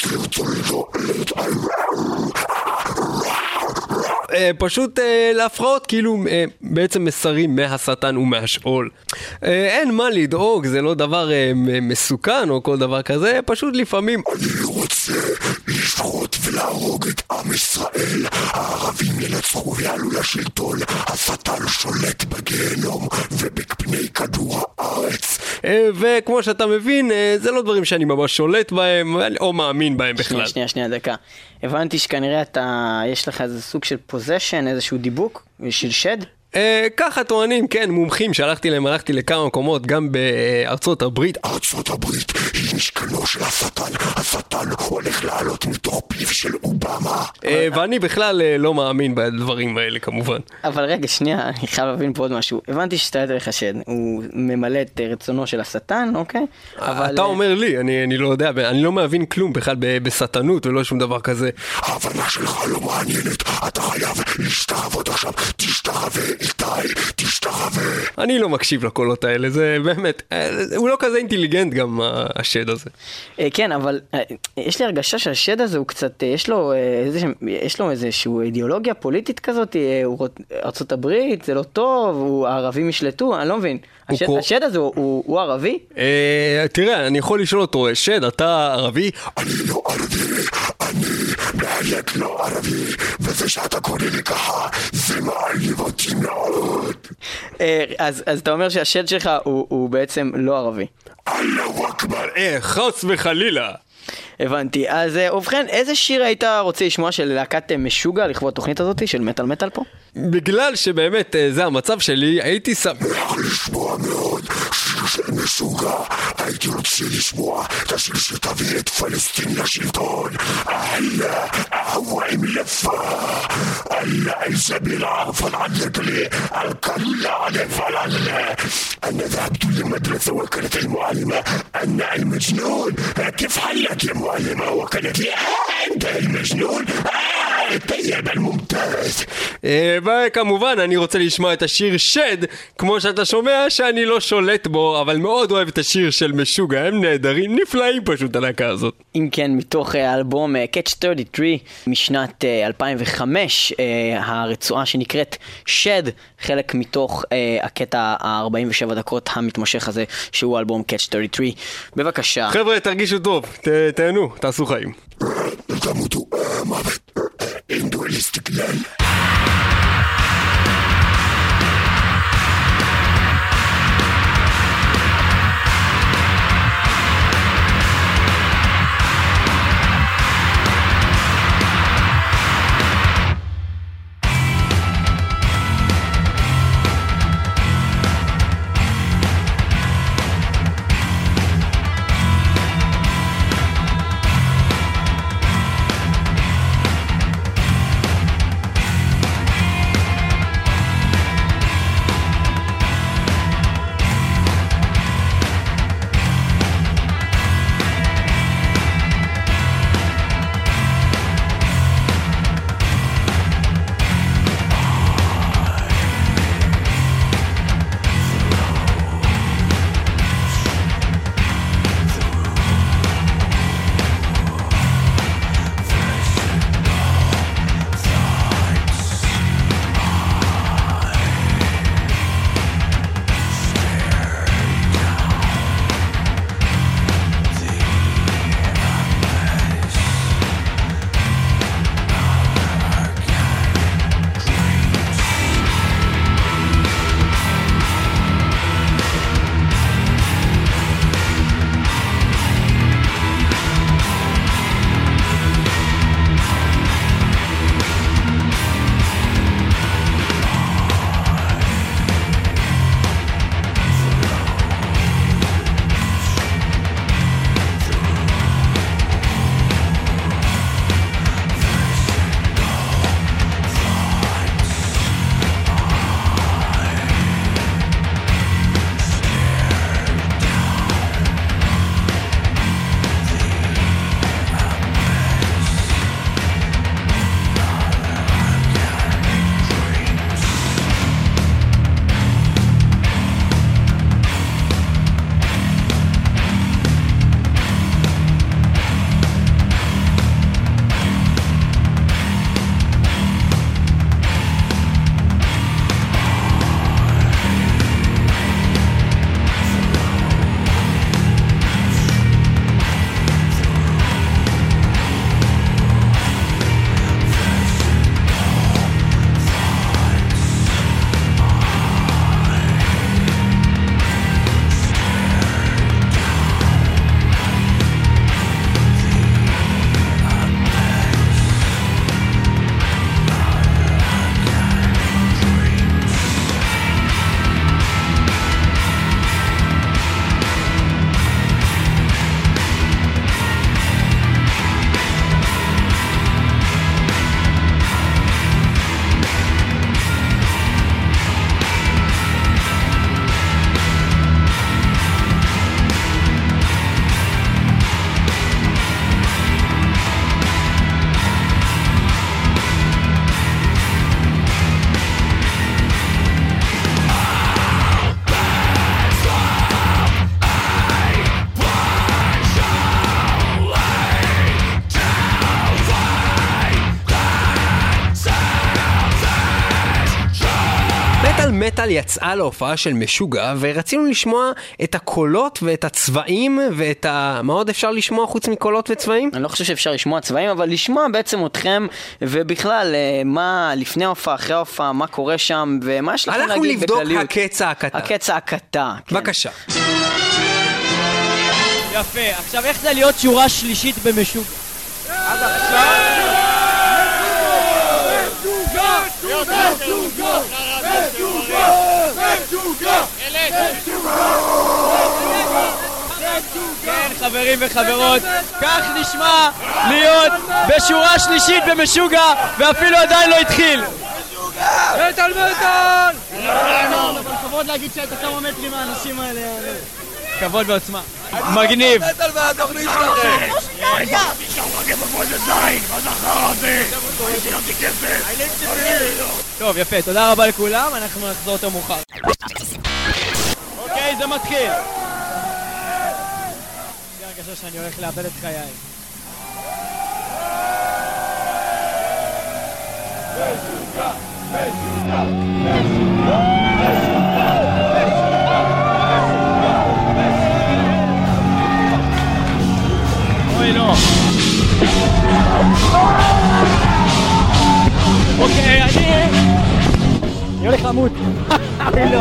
פשוט להפרעות, כאילו בעצם מסרים מהשטן ומהשאול. אין מה לדאוג, זה לא דבר מסוכן או כל דבר כזה, פשוט לפעמים אני רוצה לשחוט ולהרוג את עם ישראל. הערבים ינצחו ויעלו לשלטון, השטן שולט בגיהנום ובפני כדור הארץ. וכמו שאתה מבין, זה לא דברים שאני ממש שולט בהם או מאמין בהם בכלל. שנייה, דקה. הבנתי שכנראה יש לך איזה סוג של פוזיישן, איזשהו דיבוק של שד? ככה טוענים, כן, מומחים שהלכתי להם, הלכתי לכמה מקומות, גם בארצות הברית. ארצות הברית היא משכנו של השטן. השטן הולך לעלות מתוך פיו של אובמה. ואני בכלל לא מאמין בדברים האלה כמובן. אבל רגע, שנייה, אני חייב להבין פה עוד משהו. הבנתי שתלת לך שד, הוא ממלא את רצונו של השטן, אוקיי? אתה אומר לי, אני לא יודע, אני לא מבין כלום בכלל בסטנות ולא שום דבר כזה. ההבנה שלך לא מעניינת, אתה חייב להשתחוות עכשיו, תשתחווה איתי, תשתחווה. אני לא מקשיב לקולות האלה, זה באמת, הוא לא כזה אינטליגנט גם השד הזה. כן, אבל יש לי הרגשה שהשד הזה הוא קצת, יש לו איזשהו אידיאולוגיה פוליטית כזאת, ארצות הברית, זה לא טוב, הערבים ישלטו, אני לא מבין. השד הזה הוא ערבי? תראה, אני יכול לשאול אותו, שד, אתה ערבי? אני לא ערבי, אני בהחלט לא ערבי, וזה שאתה קורא לי ככה, זה מעליב אותי מאוד. אז אתה אומר שהשד שלך הוא בעצם לא ערבי. אללהו אכבר. חס וחלילה. הבנתי. אז ובכן, איזה שיר היית רוצה לשמוע של להקת משוגע לכבוד התוכנית הזאת של מטל פה? בגלל שבאמת זה המצב שלי, הייתי שמח לשמוע מאוד שיר של משוגע. הייתי רוצה לשמוע את השיר שתביא את פלסטין לשלטון. אללה אהואים יפה, אללה איזביל ערפן עדקלי, الكل عرف على أنا ذهبت للمدرسة وكانت المعلمة أنا المجنون. كيف حلك يا معلمة؟ وكانت لي أنت المجنون. طيب الممتاز. וכמובן אני רוצה לשמוע את השיר שד, כמו שאתה שומע שאני לא שולט בו, אבל מאוד אוהב את השיר של משוגע, הם נהדרים, נפלאים פשוט הלהקה הזאת. אם כן, מתוך האלבום Catch 33 משנת 2005, הרצועה שנקראת שד, חלק מתוך הקטע ה-47 דקות המתמשך הזה, שהוא האלבום Catch 33. בבקשה. חבר'ה, תרגישו טוב, תהנו, תעשו חיים. תמותו מוות, עמדו אל הסתגלל. מטל מטל יצאה להופעה של משוגע, ורצינו לשמוע את הקולות ואת הצבעים ואת מה עוד אפשר לשמוע חוץ מקולות וצבעים? אני לא חושב שאפשר לשמוע צבעים, אבל לשמוע בעצם אתכם, ובכלל, מה לפני ההופעה, אחרי ההופעה, מה קורה שם, ומה יש לכם להגיד בכלליות. אנחנו נבדוק הקצע הקטע. הקצע הקטע, כן. בבקשה. יפה, עכשיו איך זה להיות שורה שלישית במשוגע? עד עכשיו... כן, חברים וחברות, כך נשמע להיות בשורה שלישית במשוגע, ואפילו עדיין לא התחיל. מטל מטל! אבל כבוד להגיד שהיית כמה מטרים מהאנשים האלה. כבוד ועוצמה. מגניב. מטל והתוכנית שלכם. טוב, יפה, תודה רבה לכולם, אנחנו נחזור יותר מאוחר. אוקיי, זה מתחיל. יש לי הרגשה שאני הולך לאבד את חיי. אוי לא. אוקיי, אני הולך למות. לא.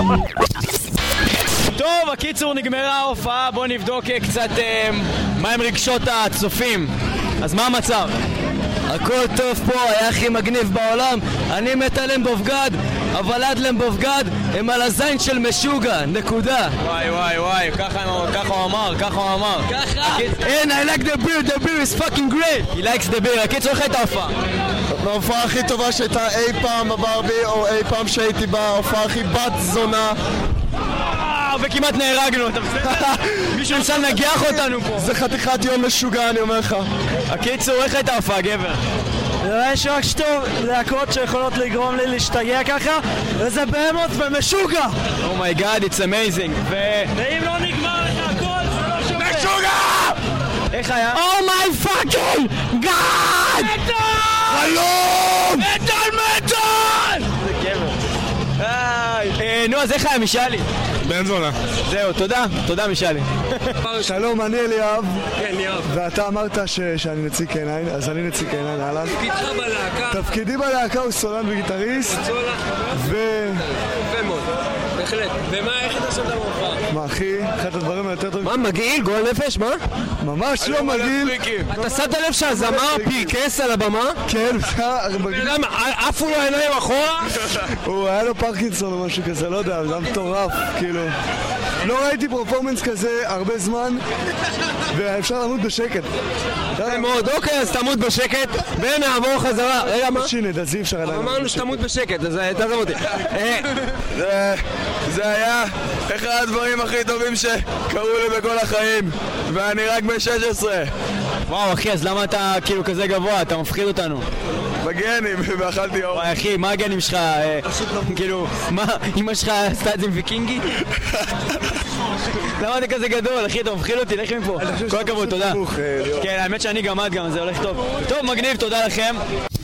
טוב, הקיצור נגמרה ההופעה, בואו נבדוק קצת מה הם רגשות הצופים. אז מה המצב? הכל טוב פה, היה הכי מגניב בעולם. אני מת על למבובגד, אבל עד למבובגד הם על הזין של משוגע, נקודה. וואי וואי וואי, ככה הוא אמר. ככה? And I like the beer is fucking great. He likes the beer, הקיצור איך הייתה ההופעה? ההופעה הכי טובה שהייתה אי פעם בברבי, או אי פעם שהייתי בה, ההופעה הכי בת זונה. וכמעט נהרגנו, אתה בסדר? מישהו ניסה לנגח אותנו פה. זה חתיכת יום משוגע, אני אומר לך. הקיצור, איך הייתה ההופעה, גבר? יש רק שתי להקות שיכולות לגרום לי להשתגע ככה, וזה בהמות ומשוגע! אומייגאד, it's amazing. ואם לא נגמר לך הכל, זה לא שווה! משוגע! איך היה? אומיי פאקינג גאד! מטל! חלום! מטל! זה גבר. נו, אז איך היה, מישאלי? בן זונה. זהו, תודה מישאלי. שלום, אני אליאב. כן, אליאב. ואתה אמרת שאני נציג קיניים, אז אני נציג קיניים, אהלן. תפקידך בלהקה. תפקידי בלהקה הוא סולן וגיטריסט. יפה מאוד, בהחלט. ומה, איך אתה שם את המופע? מה אחי, אחד הדברים היותר טובים. מה, מגעיל? גועל נפש? מה? ממש לא מגעיל. אתה שמת לב שהזמר פרקס על הבמה? כן, עפו לו העיניים אחורה? הוא היה לו פרקינסון או משהו כזה, לא יודע, זה היה מטורף, כאילו. לא ראיתי פרפורמנס כזה הרבה זמן, ואפשר למות בשקט. זה מאוד, אוקיי, אז תמות בשקט, ונעבור חזרה. רגע, מה? שינד, אז אי אפשר עלינו. אמרנו שתמות בשקט, אז תעזוב אותי. זה היה אחד הדברים הכי טובים שקרו לי בכל החיים, ואני רק ב-16. וואו, אחי, אז למה אתה כאילו כזה גבוה? אתה מפחיד אותנו. בגנים, ואכלתי אור. וואי, אחי, מה הגנים שלך? כאילו, מה, אמא שלך עשתה את זה עם ויקינגי? למה אתה כזה גדול, אחי, אתה מפחיד אותי, לך מפה. כל הכבוד, תודה. כן, האמת שאני גם עד גם, זה הולך טוב. טוב, מגניב, תודה לכם.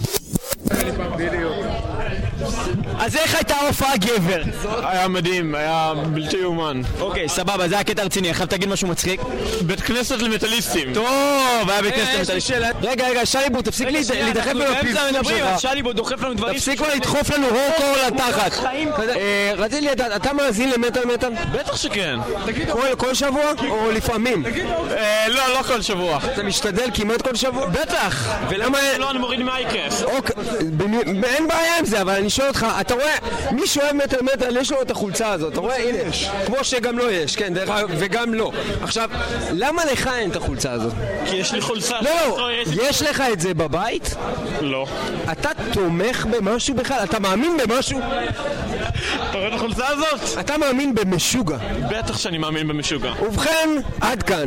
אז איך הייתה ההופעה גבר? היה מדהים, היה בלתי יאומן. אוקיי, סבבה, זה היה קטע רציני, עכשיו תגיד משהו מצחיק. בית כנסת למטליסטים. טוב, היה בית כנסת למטליסטים. רגע, שליבו, תפסיק להידחף לנו לפרסום שלך. שליבו, דוחף לנו דברים. תפסיק לדחוף לנו הורקור לתחת. רציתי לדעת, אתה מאזין למטל? בטח שכן. כל שבוע או לפעמים? לא כל שבוע. אתה משתדל כמעט כל שבוע? בטח. ולמה... לא, אני מוריד מהאיקרס. אין בעיה עם זה, אבל אני שואל אותך, אתה רואה, מי שאוהב מטל, יש לו את החולצה הזאת, אתה רואה, הנה, כמו שגם לא יש, כן, וגם לא. עכשיו, למה לך אין את החולצה הזאת? כי יש לי חולצה. לא, יש לך את זה בבית? לא. אתה תומך במשהו בכלל? אתה מאמין במשהו? אתה רואה את החולצה הזאת? אתה מאמין במשוגע? בטח שאני מאמין במשוגע. ובכן, עד כאן.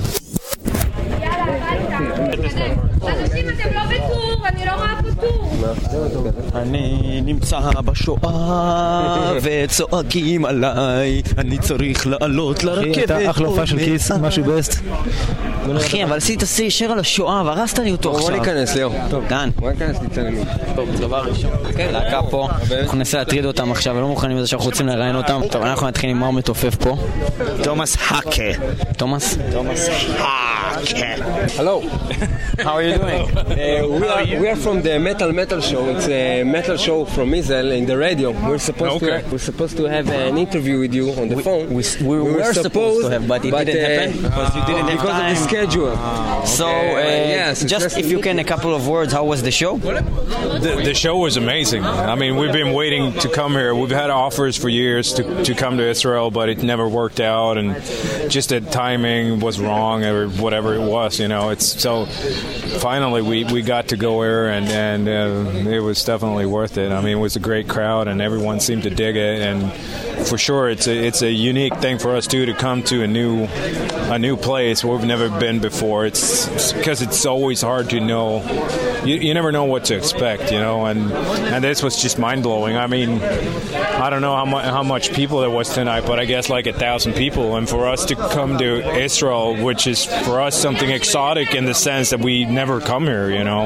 אנשים, אתם לא בטור, אני לא רואה פה טור. אני נמצא בשואה וצועקים עליי, אני צריך לעלות לרכבת. החלפה של כיס, משהו בסט. אחי, אבל עשית שיר על השואה והרסת לי אותו עכשיו. בוא ניכנס, ליאור. דן. בוא ניכנס לצלמים. טוב, דבר ראשון. להקה פה, אנחנו ננסה להטריד אותם עכשיו, ולא מוכנים לזה שאנחנו רוצים לראיין אותם. טוב, אנחנו נתחיל עם מה הוא מתופף פה. תומאס האקה. תומאס? תומאס האקה. Hello. How are you doing? We are from the metal show. It's a metal show from Israel in the radio. We're supposed to have an interview with you on the phone. We were supposed to have, but it didn't happen because you didn't have because time. Of the schedule. So, yes, just if you can, a couple of words, how was the show? The show was amazing. I mean, we've been waiting to come here. We've had offers for years to come to Israel, but it never worked out, and just the timing was wrong or whatever it was, you know. It's so finally we got to go here, and it was definitely worth it. I mean, it was a great crowd, and everyone seemed to dig it, and for sure it's a unique thing for us too to come to a new place where we've never been before. It's because it's always hard to know. You never know what to expect, you know, and this was just mind-blowing. I mean, I don't know how much people there was tonight, but I guess like 1,000 people. And for us to come to Israel, which is for us something exotic in the sense that we never come here, you know,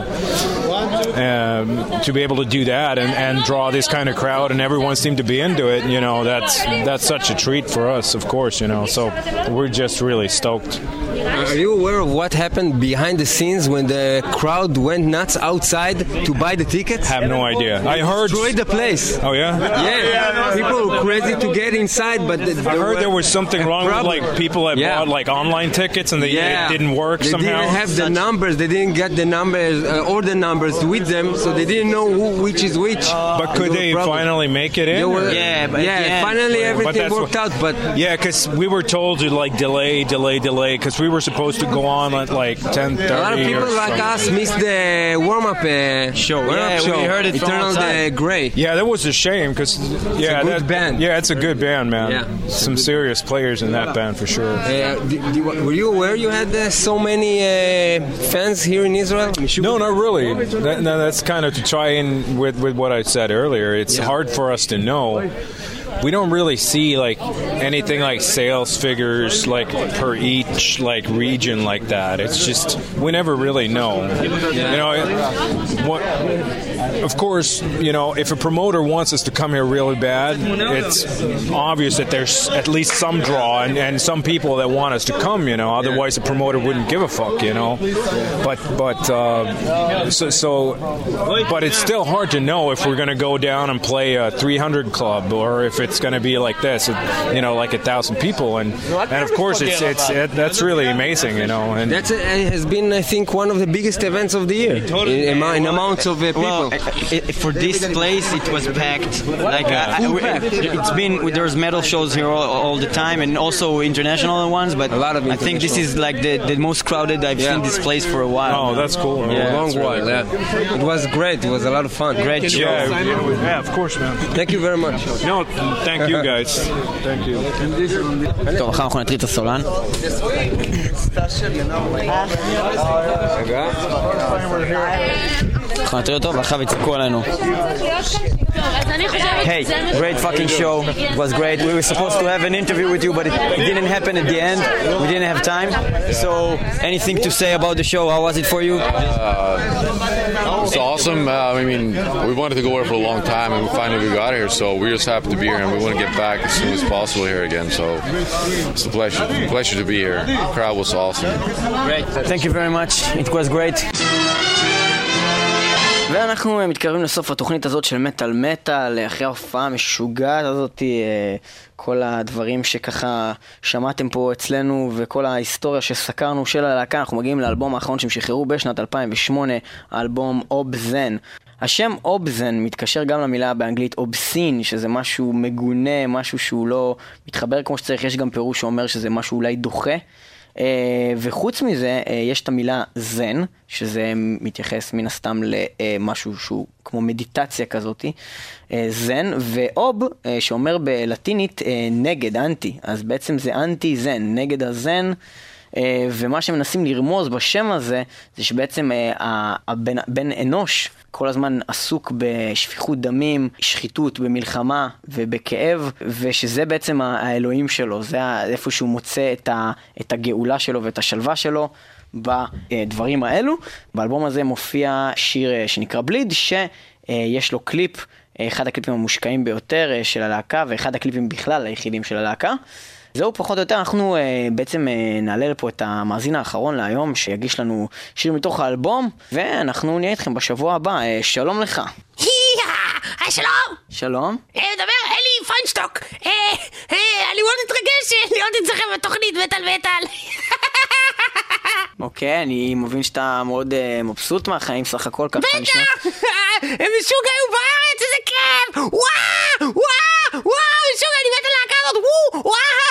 to be able to do that and draw this kind of crowd and everyone seemed to be into it, you know, that's such a treat for us, of course, you know, so we're just really stoked. Are you aware of what happened behind the scenes when the crowd went nuts outside to buy the tickets? I have no idea. I heard... Destroyed the place. Oh, yeah? Yeah. People were crazy to get inside, but... I heard there was something wrong with, like, people that bought, like, online tickets and it didn't work somehow. They didn't have the numbers. They didn't get the numbers, order numbers with them, so they didn't know which is which. But could they finally make it in? Finally everything worked out, but... Yeah, because we were told to, like, delay, because we were supposed to go on at, like, 10:30. A lot of people like us missed the warm-up show. We heard it from Eternal outside. Grey. Yeah, that was a shame, because... It's a good band. Yeah, it's a good band, man. Yeah. Some serious players in that band, for sure. Were you aware you had so many fans here in Israel? No, not really. That's kind of to try in with what I said earlier. It's hard for us to know. We don't really see like anything like sales figures like per each like region like that. It's just we never really know. You know, of course, you know, if a promoter wants us to come here really bad, it's obvious that there's at least some draw and some people that want us to come. You know, otherwise the promoter wouldn't give a fuck. You know, but it's still hard to know if we're going to go down and play a 300 club or if it's going to be like this, you know, like 1,000 people, and of course that's really amazing, you know. And that has been, I think, one of the biggest events of the year in amounts of people. For this place, it was packed. Like it's been there's metal shows here all the time, and also international ones. But a lot of I think this is like the most crowded I've seen this place for a while. Oh, that's cool. A long while. It was great. It was a lot of fun. Great show. Yeah, of course, man. Thank you very much. No, thank you guys. Thank you. טוב, אחר אנחנו נטריד את הסולן. אנחנו נטריד אותו ואחר יצחקו עלינו. Hey, great fucking show. It was great. We were supposed to have an interview with you, but it didn't happen at the end. We didn't have time. So, anything to say about the show? How was it for you? It's awesome. I mean, we wanted to go here for a long time, and finally we got here. So we're just happy to be here, and we want to get back as soon as possible here again. So it's a pleasure to be here. The crowd was awesome. Great. Thank you very much. It was great. ואנחנו מתקרבים לסוף התוכנית הזאת של מטל, אחרי ההופעה המשוגעת הזאת, כל הדברים שככה שמעתם פה אצלנו וכל ההיסטוריה שסקרנו של הלהקה. אנחנו מגיעים לאלבום האחרון שהם שחררו בשנת 2008, האלבום אובזן. השם אובזן מתקשר גם למילה באנגלית אובסין, שזה משהו מגונה, משהו שהוא לא מתחבר כמו שצריך. יש גם פירוש שאומר שזה משהו אולי דוחה. וחוץ מזה יש את המילה זן, שזה מתייחס מן הסתם למשהו שהוא כמו מדיטציה כזאת, זן, ואוב שאומר בלטינית נגד, אנטי, אז בעצם זה אנטי זן, נגד הזן, ומה שמנסים לרמוז בשם הזה, זה שבעצם הבן אנוש כל הזמן עסוק בשפיכות דמים, שחיתות, במלחמה ובכאב, ושזה בעצם האלוהים שלו, זה איפה שהוא מוצא את הגאולה שלו ואת השלווה שלו בדברים האלו. באלבום הזה מופיע שיר שנקרא בליד, שיש לו קליפ, אחד הקליפים המושקעים ביותר של הלהקה, ואחד הקליפים בכלל היחידים של הלהקה. זהו פחות או יותר, אנחנו בעצם נעלה לפה את המאזין האחרון להיום, שיגיש לנו שיר מתוך האלבום, ואנחנו נהיה איתכם בשבוע הבא. שלום לך. שלום. שלום. מדבר אלי פיינשטוק. אני מאוד מתרגש להיות אצלכם בתוכנית מטל. אוקיי, אני מבין שאתה מאוד מבסוט מהחיים סך הכל, ככה נשמע. משוגע הוא בארץ, איזה כיף! וואו, משוגע, אני מת על להקה הזאת,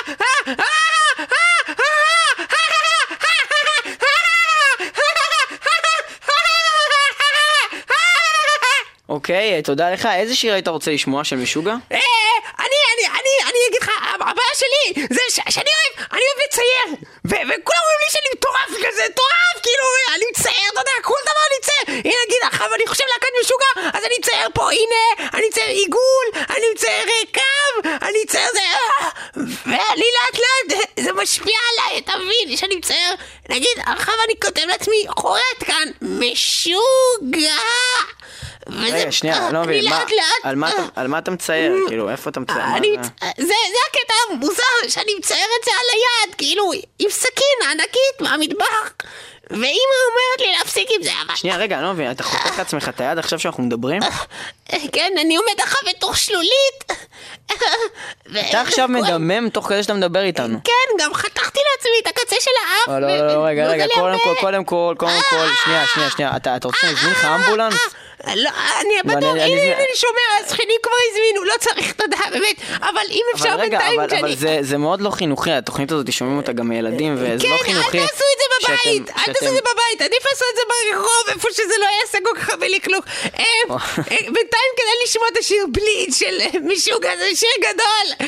אוקיי, תודה לך. איזה שיר היית רוצה לשמוע של משוגע? אני אגיד לך, הבעיה שלי זה שאני אוהב לצייר, וכולם אומרים לי שאני מטורף כזה, מטורף, כאילו, אני מצייר, אתה יודע, כל דבר אני מצייר. הנה, נגיד, עכשיו אני חושב להקת משוגע, אז אני מצייר פה, הנה, אני מצייר עיגול, אני מצייר קו, אני מצייר זה, ואני לאט, זה משפיע עליי, אתה מבין, שאני מצייר, נגיד, עכשיו אני כותב לעצמי, חורט כאן, משוגע. רגע, שנייה, אני לא מבין, על מה אתה מצייר? כאילו, איפה אתה מצייר? זה הקטע המוזר, שאני מצייר את זה על היד, כאילו, עם סכין ענקית מהמטבח, ואמא אומרת לי להפסיק עם זה, אבל... שנייה, רגע, אני לא מבין, אתה חותך לעצמך את היד עכשיו שאנחנו מדברים? כן, אני עומד לך בתוך שלולית. אתה עכשיו מדמם תוך כדי שאתה מדבר איתנו. כן, גם חתכתי לעצמי את הקצה של האף. לא, רגע, קודם כל, שנייה, אתה רוצה להזמין לך אמבולנס? לא, אני שומע, השכנים כבר הזמינו, לא צריך, תודה, באמת, אבל אם אפשר בינתיים שאני... אבל זה מאוד לא חינוכי, התוכנית הזאת שומעים אותה גם מילדים, וזה לא חינוכי. כן, אל תעשו את זה בבית, עדיף לעשו את זה ברחוב, איפה שזה לא יעשה כל כך בלכלוך. בינתיים כדי לשמוע את השיר בליד של משוגע, זה שיר גדול.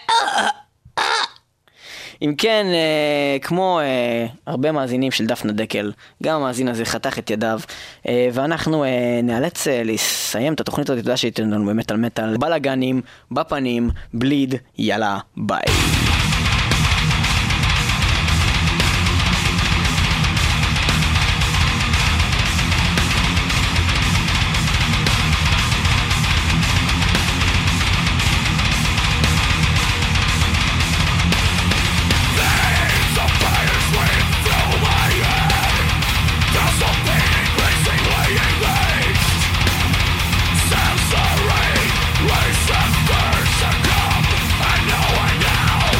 אם כן, כמו הרבה מאזינים של דפנה דקל, גם המאזין הזה חתך את ידיו, ואנחנו נאלץ לסיים את התוכנית הזאת, תודה שהייתם לנו באמת על מטל, בלגנים, בפנים, בליד, יאללה, ביי. Sensory, race and thirst to come. I know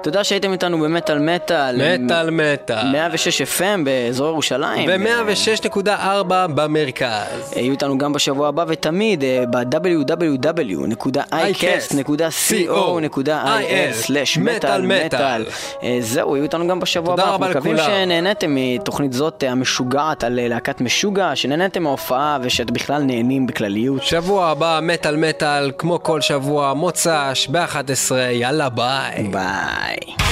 תודה שהייתם איתנו במטל מטל. מטל מטל. 106 FM באזור ירושלים. ו106.4 במרכז. יהיו איתנו גם בשבוע הבא ותמיד ב-www.icast.co.il/מטל. זהו, יהיו איתנו גם בשבוע הבא. אנחנו מקווים שנהנתם מתוכנית זאת המשוגעת על להקת משוגע, שנהנתם מההופעה ושאת בכלל נהנים בכלליות. שבוע הבא מטל מטל כמו כל שבוע מוצ"ש ב-11. יאללה ביי. ביי.